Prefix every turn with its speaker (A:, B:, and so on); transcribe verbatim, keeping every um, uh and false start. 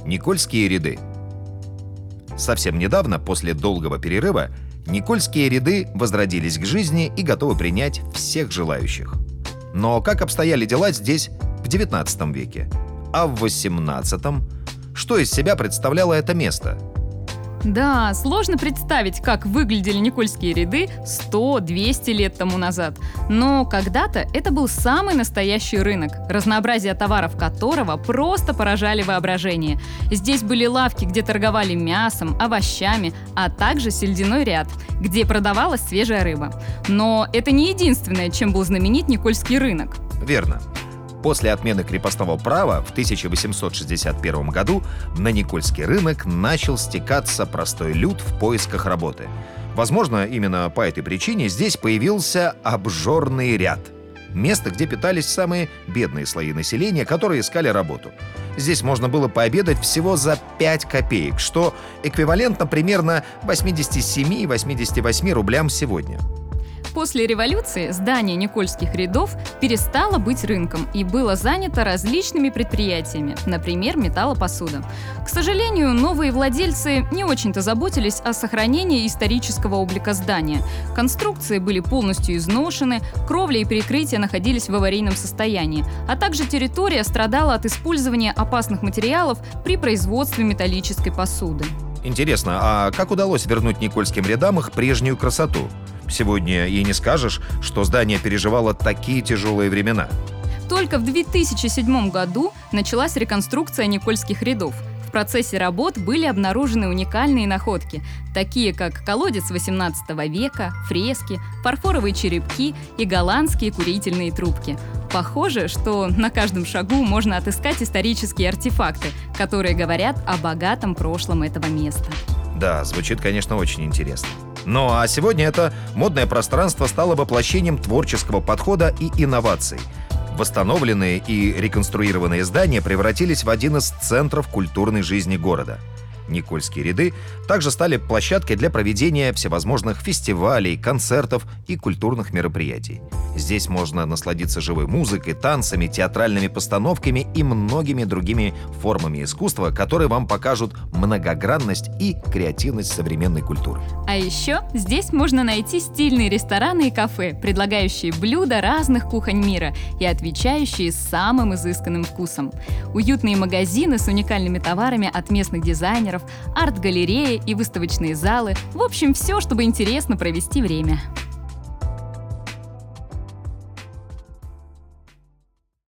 A: Никольские ряды. Совсем недавно, после долгого перерыва, Никольские ряды возродились к жизни и готовы принять всех желающих. Но как обстояли дела здесь в девятнадцатом веке? А в восемнадцатом? Что из себя представляло это место?
B: Да, сложно представить, как выглядели Никольские ряды сто-двести лет тому назад. Но когда-то это был самый настоящий рынок, разнообразие товаров которого просто поражали воображение. Здесь были лавки, где торговали мясом, овощами, а также сельдяной ряд, где продавалась свежая рыба. Но это не единственное, чем был знаменит Никольский рынок.
A: Верно. После отмены крепостного права в тысяча восемьсот шестьдесят первом году на Никольский рынок начал стекаться простой люд в поисках работы. Возможно, именно по этой причине здесь появился обжорный ряд. Место, где питались самые бедные слои населения, которые искали работу. Здесь можно было пообедать всего за пять копеек, что эквивалентно примерно восемьдесят семь - восемьдесят восемь рублям сегодня.
B: После революции здание Никольских рядов перестало быть рынком и было занято различными предприятиями, например, металлопосуда. К сожалению, новые владельцы не очень-то заботились о сохранении исторического облика здания. Конструкции были полностью изношены, кровля и перекрытия находились в аварийном состоянии, а также территория страдала от использования опасных материалов при производстве металлической посуды.
A: Интересно, а как удалось вернуть Никольским рядам их прежнюю красоту? Сегодня и не скажешь, что здание переживало такие тяжелые времена.
B: Только в две тысячи седьмом году началась реконструкция Никольских рядов. В процессе работ были обнаружены уникальные находки, такие как колодец восемнадцатого века, фрески, фарфоровые черепки и голландские курительные трубки. Похоже, что на каждом шагу можно отыскать исторические артефакты, которые говорят о богатом прошлом этого места.
A: Да, звучит, конечно, очень интересно. Ну а сегодня это модное пространство стало воплощением творческого подхода и инноваций. Восстановленные и реконструированные здания превратились в один из центров культурной жизни города. Никольские ряды также стали площадкой для проведения всевозможных фестивалей, концертов и культурных мероприятий. Здесь можно насладиться живой музыкой, танцами, театральными постановками и многими другими формами искусства, которые вам покажут многогранность и креативность современной культуры.
B: А еще здесь можно найти стильные рестораны и кафе, предлагающие блюда разных кухонь мира и отвечающие самым изысканным вкусом. Уютные магазины с уникальными товарами от местных дизайнеров, арт-галереи и выставочные залы. В общем, все, чтобы интересно провести время.